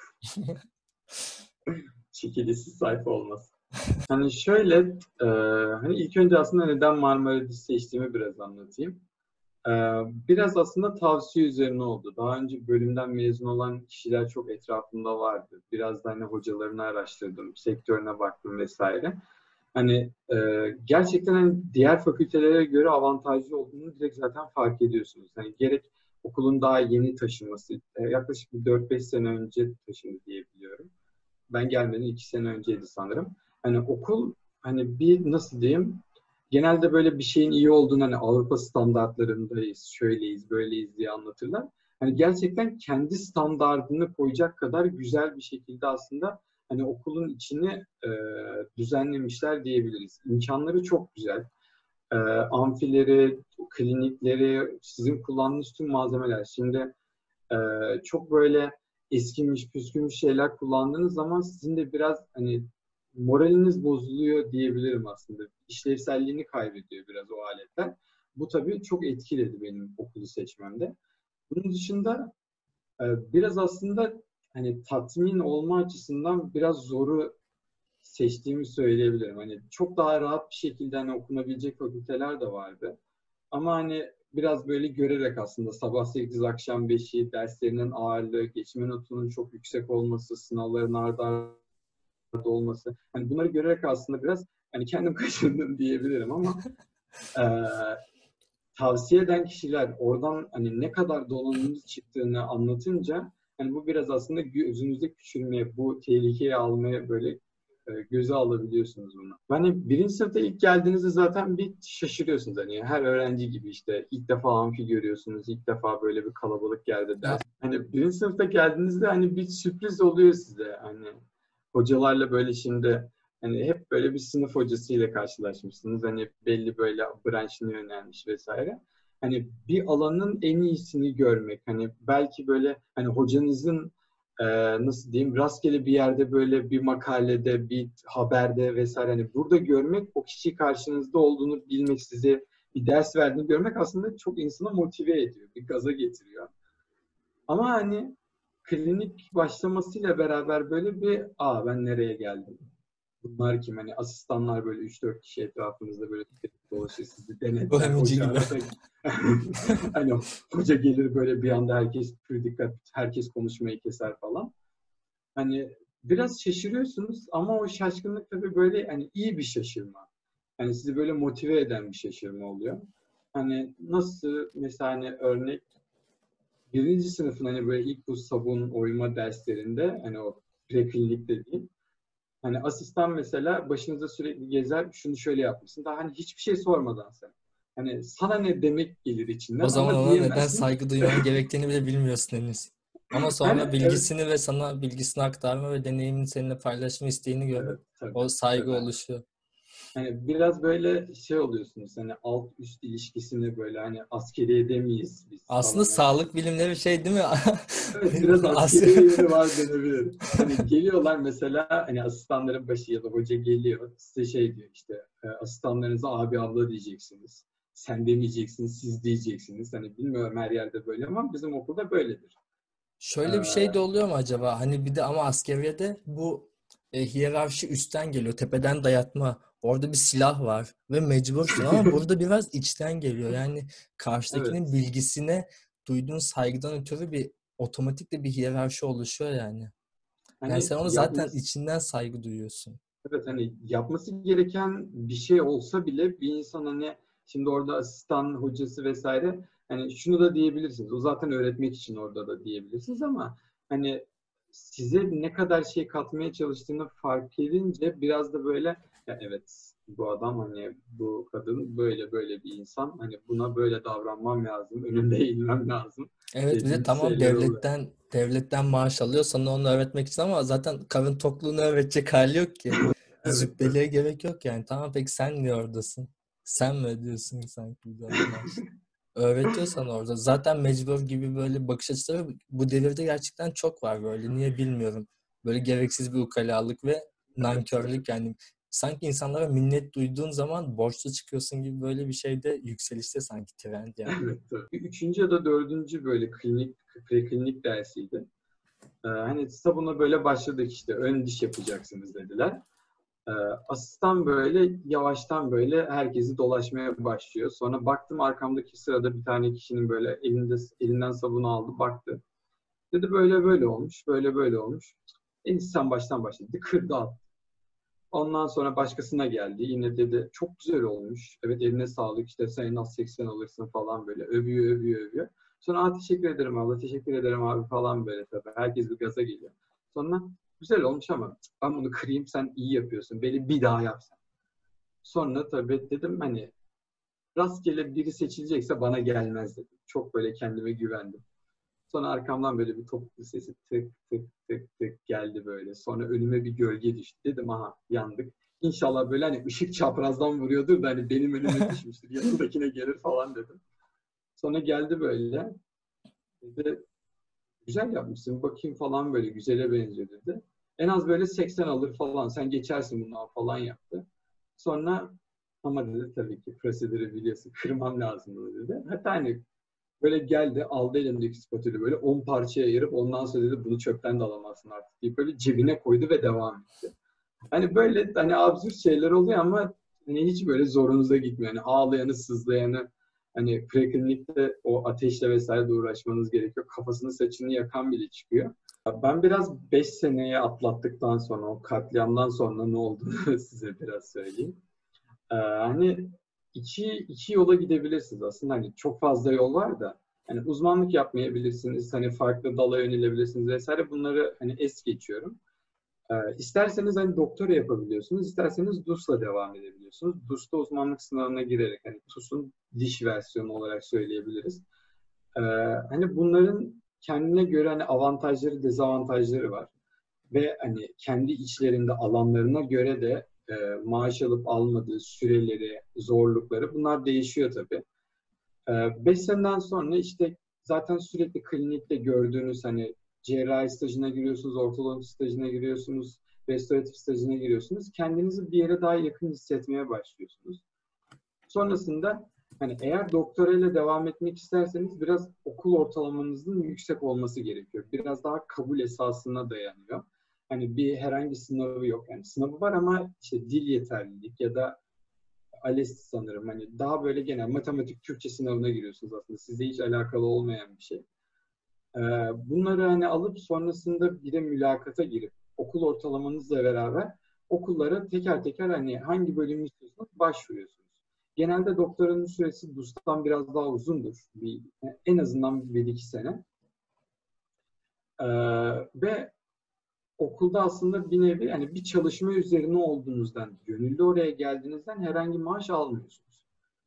Çekilişsiz sayfa olmaz. Hani şöyle, e, hani ilk önce aslında neden Marmara Diş seçtiğimi biraz anlatayım. E, biraz aslında tavsiye üzerine oldu. Daha önce bölümden mezun olan kişiler çok etrafımda vardı. Biraz da hani hocalarını araştırdım, sektörüne baktım vesaire. Hani e, gerçekten hani diğer fakültelere göre avantajlı olduğunu direkt zaten fark ediyorsunuz. Hani gerek okulun daha yeni taşınması, e, yaklaşık bir dört beş sene önce taşındı diye biliyorum. Ben gelmeden iki sene önceydi sanırım. Hani okul hani bir nasıl diyeyim, genelde böyle bir şeyin iyi olduğunu hani Avrupa standartlarındayız, şöyleyiz, böyleyiz diye anlatırlar. Hani gerçekten kendi standardını koyacak kadar güzel bir şekilde aslında hani okulun içini e, düzenlemişler diyebiliriz. İmkanları çok güzel. E, amfileri, klinikleri, sizin kullandığınız tüm malzemeler. Şimdi e, çok böyle eskimiş, püskümüş şeyler kullandığınız zaman sizin de biraz hani moraliniz bozuluyor diyebilirim aslında. İşlevselliğini kaybediyor biraz o aletler. Bu tabii çok etkiledi benim okulu seçmemde. Bunun dışında e, biraz aslında hani tatmin olma açısından biraz zoru seçtiğimi söyleyebilirim. Hani çok daha rahat bir şekilde hani okunabilecek fakülteler de vardı. Ama hani biraz böyle görerek aslında sabah sekiz akşam beşi derslerinin ağırlığı, geçme notunun çok yüksek olması, sınavların ardı ardı olması. Hani bunları görerek aslında biraz hani kendim kaçırdım diyebilirim ama e, tavsiye eden kişiler oradan hani ne kadar donanımlı çıktığını anlatınca hani bu biraz aslında gözünüzde küçülmeye, bu tehlikeyi almaya böyle e, göze alabiliyorsunuz bunu. Hani birinci sınıfta ilk geldiğinizde zaten bir şaşırıyorsunuz. Hani her öğrenci gibi işte ilk defa amfi görüyorsunuz. İlk defa böyle bir kalabalık geldi Ya, ders. Hani birinci sınıfta geldiğinizde hani bir sürpriz oluyor size. Hani hocalarla böyle şimdi hani hep böyle bir sınıf hocasıyla karşılaşmışsınız. Hani belli böyle branşını yönelmiş vesaire. Hani bir alanın en iyisini görmek. Hani belki böyle hani hocanızın e, nasıl diyeyim rastgele bir yerde böyle bir makalede, bir haberde vesaire hani burada görmek o kişi karşınızda olduğunu bilmek size bir ders verdiğini görmek aslında çok insanı motive ediyor, bir gaza getiriyor. Ama hani klinik başlamasıyla beraber böyle bir, aa ben nereye geldim? Bunlar kim? Hani asistanlar böyle üç dört kişi etrafınızda böyle dolaşır, sizi denetler. Bohemici Hoca gibi. arada hani hoca gelir böyle bir anda, herkes pür dikkat, herkes konuşmayı keser falan. Hani biraz şaşırıyorsunuz ama o şaşkınlık tabii böyle hani iyi bir şaşırma. Hani sizi böyle motive eden bir şaşırma oluyor. Hani nasıl mesela, hani örnek, birinci sınıfın hani böyle ilk bu sabun oyma derslerinde, hani o preklinik dediğim, hani asistan mesela başınıza sürekli gezer, şunu şöyle yapmışsın. Daha hani hiçbir şey sormadan sen. Hani sana ne demek gelir O içinden zaman ama ona neden diyemezsin. saygı duyman gerektiğini bile bilmiyorsun henüz. Ama Hani sonra evet, bilgisini ve sana bilgisini aktarma ve deneyimini seninle paylaşma isteğini görüp evet tabii o saygı tabii. oluşuyor. Hani biraz böyle şey oluyorsunuz, hani alt üst ilişkisini böyle, hani askeriyede miyiz biz Aslında falan, hani. sağlık bilimleri şey değil mi? Evet, biraz As- askeri yönü var denebilir. Hani geliyorlar mesela, hani asistanların başı ya da hoca geliyor, size şey diyor işte, e, asistanlarınıza abi abla diyeceksiniz. Sen demeyeceksiniz, siz diyeceksiniz. Hani bilmiyorum her yerde böyle ama bizim okulda böyledir. Ee, Şöyle bir şey de oluyor mu acaba? Hani bir de ama askeriyede bu e, hiyerarşi üstten geliyor. Tepeden dayatma. Orada bir silah var ve mecbursun ama burada biraz içten geliyor. Yani karşıdakinin evet. bilgisine duyduğun saygıdan ötürü bir otomatik de bir hiyerarşi oluşuyor yani. Yani Hani sen onu zaten yapması, içinden saygı duyuyorsun. evet hani yapması gereken bir şey olsa bile bir insan, hani şimdi orada asistan hocası vesaire, hani şunu da diyebilirsiniz. O zaten öğretmek için orada da diyebilirsiniz ama hani size ne kadar şey katmaya çalıştığını fark edince biraz da böyle, ya evet bu adam, hani bu kadın böyle böyle bir insan, hani buna böyle davranmam lazım, önünde eğilmem lazım Evet bir de dediğim tamam şeyler oluyor. devletten devletten maaş alıyor sana onu öğretmek için ama zaten karın tokluğunu öğretecek hali yok ki. Evet, evet. Züppeliğe gerek yok yani. Tamam peki sen niye oradasın? Sen mi ödüyorsun sanki bir de maaş? Öğretiyor sana orada. Zaten mecbur gibi böyle bakış açıları bu devirde gerçekten çok var böyle. Niye bilmiyorum. Böyle gereksiz bir ukalalık ve Evet, evet. nankörlük yani. Sanki insanlara minnet duyduğun zaman borçlu çıkıyorsun gibi böyle bir şeyde yükselişte sanki trend yani. Evet, tabii. Üçüncü ya da dördüncü böyle klinik, preklinik dersiydi. Ee, hani sabuna böyle başladık, işte ön diş yapacaksınız dediler. Ee, asistan böyle yavaştan böyle herkesi dolaşmaya başlıyor. Sonra baktım arkamdaki sırada bir tane kişinin böyle elinde elinden sabunu aldı, baktı. Dedi böyle böyle olmuş, böyle böyle olmuş. En iyisi sen baştan başla dedi. Kırdı attı. Ondan sonra başkasına geldi. Yine dedi çok güzel olmuş. Evet eline sağlık, işte sen en az seksen alırsın falan böyle. Övüyor, övüyor, övüyor. Sonra aa, teşekkür ederim abla, teşekkür ederim abi falan böyle tabii. Herkes bir gaza geliyor. Sonra güzel olmuş ama ben bunu kırayım, sen iyi yapıyorsun. Beni bir daha yapsan. Sonra tabii dedim hani rastgele biri seçilecekse bana gelmez dedim. Çok böyle kendime güvendim. Sonra arkamdan böyle bir topuklu sesi tık tık tık tık geldi böyle. Sonra önüme bir gölge düştü. Dedim aha yandık. İnşallah böyle hani ışık çaprazdan vuruyordur da hani benim önüme düşmüştür. Yanındakine gelir falan dedim. Sonra geldi böyle. Dedi güzel yapmışsın bakayım falan, böyle güzele benziyor dedi. En az böyle seksen alır falan, sen geçersin bundan falan yaptı. Sonra ama dedi tabii ki prosedürü biliyorsun, kırmam lazım dedi. Hatta hani böyle geldi, aldı elimdeki spatülü böyle on parçaya ayırıp ondan sonra dedi bunu çöpten de alamazsın artık deyip böyle cebine koydu ve devam etti. Hani böyle hani absürt şeyler oluyor ama hani hiç böyle zorunuza gitmiyor. Hani ağlayanı, sızlayanı, hani preklinikte o ateşle vesaire de uğraşmanız gerekiyor. Kafasını saçını yakan bile çıkıyor. Ben biraz beş seneyi atlattıktan sonra, o katliamdan sonra ne olduğunu size biraz söyleyeyim. Ee, hani iki, iki yola gidebilirsiniz aslında. Hani çok fazla yol var da hani uzmanlık yapmayabilirsiniz. Hani farklı dala yönelebilirsiniz vesaire. Bunları hani es geçiyorum. Ee, isterseniz hani doktora yapabiliyorsunuz. İsterseniz DUS'la devam edebiliyorsunuz. DUS'ta uzmanlık sınavına girerek, hani TUS'un diş versiyonu olarak söyleyebiliriz. Ee, hani bunların kendine göre hani avantajları, dezavantajları var. Ve hani kendi içlerinde alanlarına göre de e, maaş alıp almadığı süreleri, zorlukları, bunlar değişiyor tabii. E, beş seneden sonra işte zaten sürekli klinikte gördüğünüz hani cerrahi stajına giriyorsunuz, ortodonti stajına giriyorsunuz, restoratif stajına giriyorsunuz. Kendinizi bir yere daha yakın hissetmeye başlıyorsunuz. Sonrasında Hani eğer doktorayla devam etmek isterseniz biraz okul ortalamanızın yüksek olması gerekiyor. Biraz daha kabul esasına dayanıyor. Hani bir herhangi sınavı yok. Yani sınavı var ama işte dil yeterlilik ya da ALES sanırım. Hani daha böyle genel matematik, Türkçe sınavına giriyorsunuz aslında. Size hiç alakalı olmayan bir şey. Ee, bunları hani alıp sonrasında bir de mülakata girip okul ortalamanızla beraber okullara teker teker hani hangi bölümü istiyorsanız başvuruyorsunuz. Genelde doktoranın süresi DUS'tan biraz daha uzundur. Bir, en azından bir iki sene. Ee, ve okulda aslında bir nevi yani bir çalışma üzerine olduğunuzdan, gönüllü oraya geldiğinizden herhangi maaş almıyorsunuz.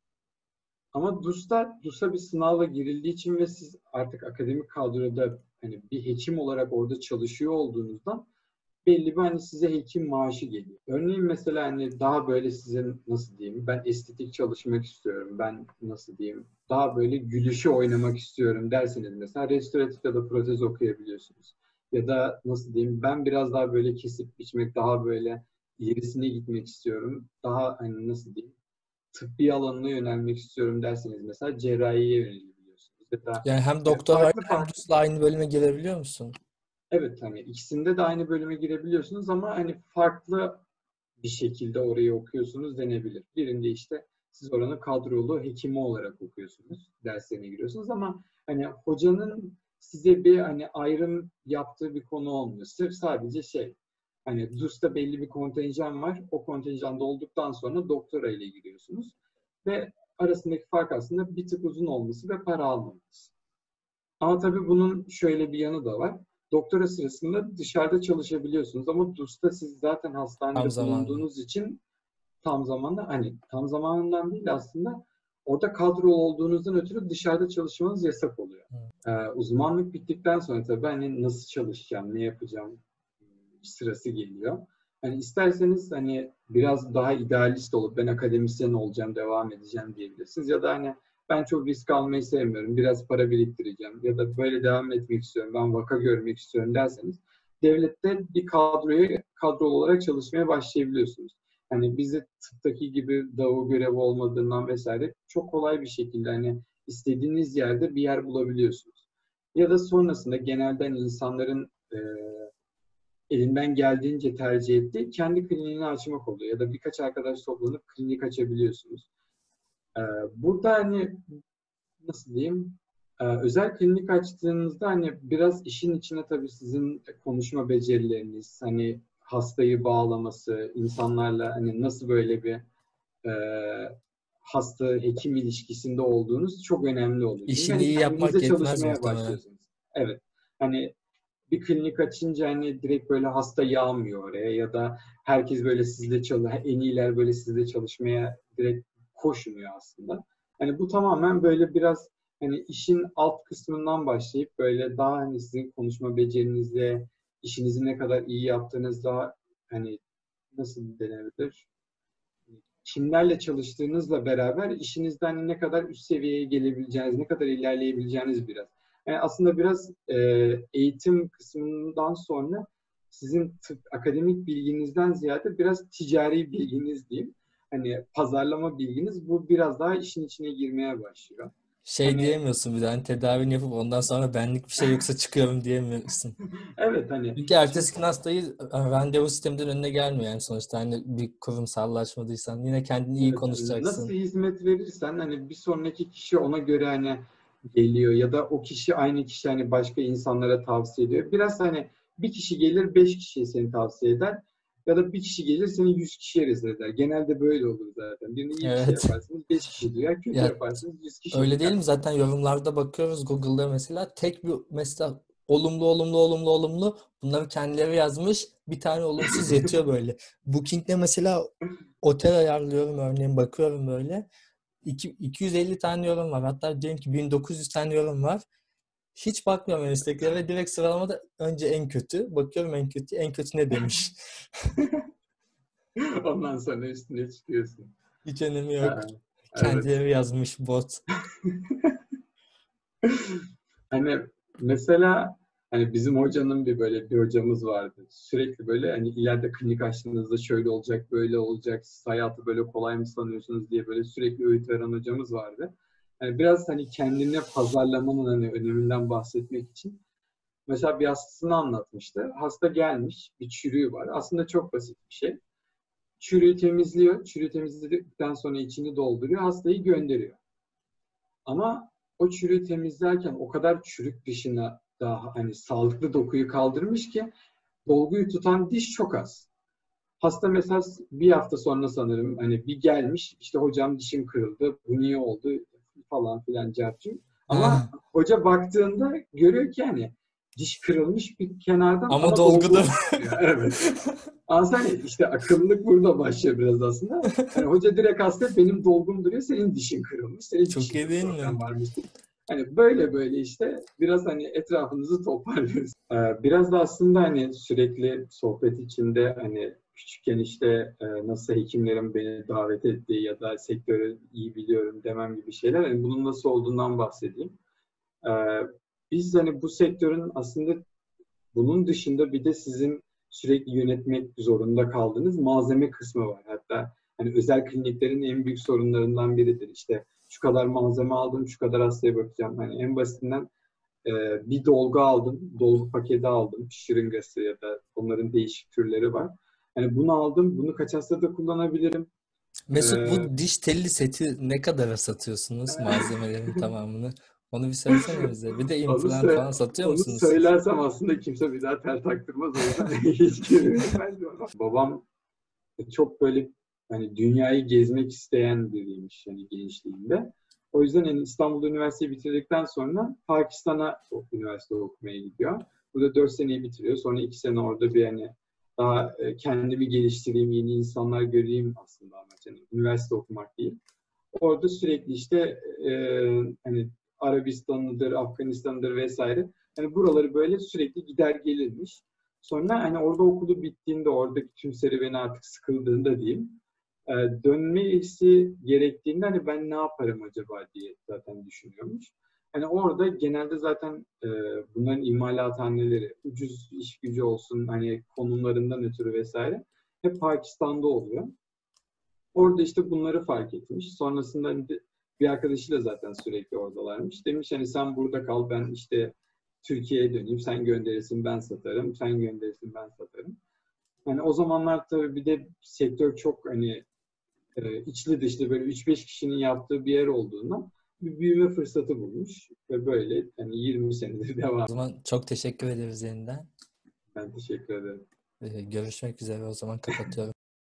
Ama DUS'ta, DUS'a bir sınavla girildiği için ve siz artık akademik kadroda hani bir hekim olarak orada çalışıyor olduğunuzdan belli bir hani size hekim maaşı geliyor. Örneğin mesela hani daha böyle sizin nasıl diyeyim ben estetik çalışmak istiyorum. Ben nasıl diyeyim daha böyle gülüşü oynamak istiyorum derseniz mesela restoratif ya da protez okuyabiliyorsunuz. Ya da nasıl diyeyim ben biraz daha böyle kesip biçmek daha böyle ilerisine gitmek istiyorum. Daha hani nasıl diyeyim tıbbi alanına yönelmek istiyorum derseniz mesela cerrahiye yönelebiliyorsunuz. Ya da Yani hem yani doktorayla farklı hem farklı DUS'la aynı bölüme girebiliyor musun? evet hani ikisinde de aynı bölüme girebiliyorsunuz ama hani farklı bir şekilde orayı okuyorsunuz denebilir. Birinde işte siz oranın kadrolu hekimi olarak okuyorsunuz. Derslerine giriyorsunuz ama hani hocanın size bir hani ayrım yaptığı bir konu olmuyor. Sırf sadece şey hani DUS'ta belli bir kontenjan var. O kontenjan dolduktan sonra doktora ile giriyorsunuz. Ve arasındaki fark aslında bir tık uzun olması ve para almaması. Ama tabii bunun şöyle bir yanı da var. Doktora sırasında dışarıda çalışabiliyorsunuz ama DUS'ta siz zaten Tam hastanede zamanlı. bulunduğunuz için tam zamanlı hani tam zamanından değil aslında orada kadro olduğunuzdan ötürü dışarıda çalışmanız yasak oluyor. Hı. Ee, uzmanlık bittikten sonra tabii hani nasıl çalışacağım, ne yapacağım sırası geliyor. Hani isterseniz hani biraz daha idealist olup ben akademisyen olacağım, devam edeceğim diyebilirsiniz. Ya da hani ben çok risk almayı sevmiyorum, biraz para biriktireceğim ya da böyle devam etmek istiyorum, ben vaka görmek istiyorum derseniz devlette bir kadroyu kadrolu olarak çalışmaya başlayabiliyorsunuz. Hani bizde tıptaki gibi davul görevi olmadığından vesaire çok kolay bir şekilde hani istediğiniz yerde bir yer bulabiliyorsunuz. Ya da sonrasında genelde hani insanların e, elinden geldiğince tercih ettiği kendi kliniğini açmak oluyor. Ya da birkaç arkadaş toplanıp klinik açabiliyorsunuz. E, burada hani nasıl diyeyim e, özel klinik açtığınızda hani biraz işin içine tabii sizin konuşma becerileriniz, hani hastayı bağlaması, insanlarla hani nasıl böyle bir e, hasta hekim ilişkisinde olduğunuz çok önemli oluyor. Çünkü İşini hani iyi yapmak kendinize yetmez çalışmaya muhtemelen. başlıyorsunuz. Evet. Hani bir klinik açınca hani direkt böyle hasta yağmıyor oraya ya da herkes böyle sizle çalış, en iyiler böyle sizle çalışmaya direkt koşmuyor aslında. Hani bu tamamen böyle biraz hani işin alt kısmından başlayıp böyle daha hani sizin konuşma becerinizle işinizi ne kadar iyi yaptığınızla hani nasıl denebilir? Kimlerle çalıştığınızla beraber işinizden ne kadar üst seviyeye gelebileceğiniz, ne kadar ilerleyebileceğiniz biraz. Yani aslında biraz e, eğitim kısmından sonra sizin tıp, akademik bilginizden ziyade biraz ticari bilginiz diyeyim. Hani pazarlama bilginiz bu biraz daha işin içine girmeye başlıyor. Şey Hani diyemiyorsun bir de hani tedavini yapıp ondan sonra benlik bir şey yoksa çıkıyorum diyemiyorsun. evet hani Çünkü şimdi ertesi gün hastayı e, randevu sisteminden önüne gelmiyor yani sonuçta hani bir kurumsallaşmadıysan yine kendini iyi evet, hani nasıl konuşacaksın. hizmet verirsen hani bir sonraki kişi ona göre hani geliyor ya da o kişi aynı kişi hani başka insanlara tavsiye ediyor. Biraz hani bir kişi gelir beş kişiye seni tavsiye eder ya da bir kişi gelir seni yüz kişiye rezil eder. Genelde böyle olur zaten. Birini iyi bir şey Evet. yaparsınız beş kişi duyar, kötü Ya yaparsınız yüz kişi öyle değil duyar. mi? Zaten yorumlarda bakıyoruz Google'da mesela tek bir mesela olumlu olumlu olumlu olumlu bunları kendileri yazmış. Bir tane olumsuz yatıyor böyle. Booking'de mesela otel ayarlıyorum örneğin bakıyorum böyle. İki- iki yüz elli tane yorum var. Hatta diyelim ki bin dokuz yüz tane yorum var. Hiç bakmıyorum Instagram'a ve direkt sıralamada önce en kötü. Bakıyorum en kötü. En kötü ne demiş. Ondan sonra üstüne çıkıyorsun. Hiç önemi yok. Ha, evet. Kendileri yazmış bot. Hani mesela Hani bizim hocanın bir böyle bir hocamız vardı. Sürekli böyle hani ileride klinik açtığınızda şöyle olacak, böyle olacak, siz hayatı böyle kolay mı sanıyorsunuz diye böyle sürekli öğüt veren hocamız vardı. Yani biraz hani kendine pazarlamanın hani öneminden bahsetmek için. Mesela bir hastasını anlatmıştı. Hasta gelmiş, bir çürüğü var. Aslında çok basit bir şey. Çürüğü temizliyor. Çürüğü temizledikten sonra içini dolduruyor. Hastayı gönderiyor. Ama o çürüğü temizlerken o kadar çürük dışına daha hani sağlıklı dokuyu kaldırmış ki dolguyu tutan diş çok az. Hasta mesela bir hafta sonra sanırım hani bir gelmiş işte hocam dişim kırıldı, bu niye oldu falan filan cevapçım. Ama hoca baktığında görüyor ki hani diş kırılmış bir kenardan Ama ama dolguda. dolgu tutuyor. Evet. Aslında hani işte akıllılık burada başlıyor biraz aslında. Hani hoca direkt hasta benim dolgum duruyor, senin dişin kırılmış, senin Çok iyi dişinde değil mi? problem varmış. Hani böyle böyle işte biraz hani etrafınızı toparlıyoruz. Ee, Biraz da aslında hani sürekli sohbet içinde hani küçükken işte e, nasıl hekimlerin beni davet ettiği ya da sektörü iyi biliyorum demem gibi şeyler. Hani bunun nasıl olduğundan bahsedeyim. Ee, Biz hani bu sektörün aslında bunun dışında bir de sizin sürekli yönetmek zorunda kaldığınız malzeme kısmı var. Hatta hani özel kliniklerin en büyük sorunlarından biridir. İşte şu kadar malzeme aldım, şu kadar hastaya bakacağım. Hani en basitinden e, bir dolgu aldım, dolgu paketi aldım, şırıngası ya da onların değişik türleri var. Hani bunu aldım, bunu kaç hastada kullanabilirim? Mesut, Ee, bu diş telli seti ne kadara satıyorsunuz, malzemelerin tamamını? Onu bir söylesene bize. Bir de onu, implant sö- falan satıyor onu musunuz siz? söylersem aslında kimse bir daha tel taktırmaz, o yüzden hiç girmiyorum bence ona. Babam çok böyle hani dünyayı gezmek isteyen biriymiş hani gençliğinde. O yüzden hani İstanbul'da üniversiteyi bitirdikten sonra Pakistan'a üniversite okumaya gidiyor. Burada dört seneyi bitiriyor. Sonra iki sene orada bir hani daha e, kendimi geliştireyim, yeni insanlar göreyim aslında amaç. Yani üniversite okumak değil. Orada sürekli işte e, hani Arabistan'dır, Afganistan'dır vesaire. Hani buraları böyle sürekli gider gelirmiş. Sonra hani orada okulu bittiğinde, oradaki tüm serüveni artık sıkıldığında diyeyim, e, dönmesi gerektiğinde hani ben ne yaparım acaba diye zaten düşünüyormuş. Hani orada genelde zaten e, bunların imalathaneleri, ucuz iş gücü olsun, hani konumlarından ötürü vesaire hep Pakistan'da oluyor. Orada işte bunları fark etmiş. Sonrasında hani bir arkadaşıyla zaten sürekli oradalarmış. Demiş hani sen burada kal, ben işte Türkiye'ye döneyim. Sen gönderirsin, ben satarım. Sen gönderirsin, ben satarım. Hani o zamanlar tabii bir de sektör çok hani e, içli dışlı böyle üç beş kişinin yaptığı bir yer olduğundan bir büyüme fırsatı bulmuş. Ve böyle hani yirmi senedir O devam. zaman çok teşekkür ederiz yeniden. Ben teşekkür ederim. Ee, görüşmek üzere, o zaman kapatıyorum.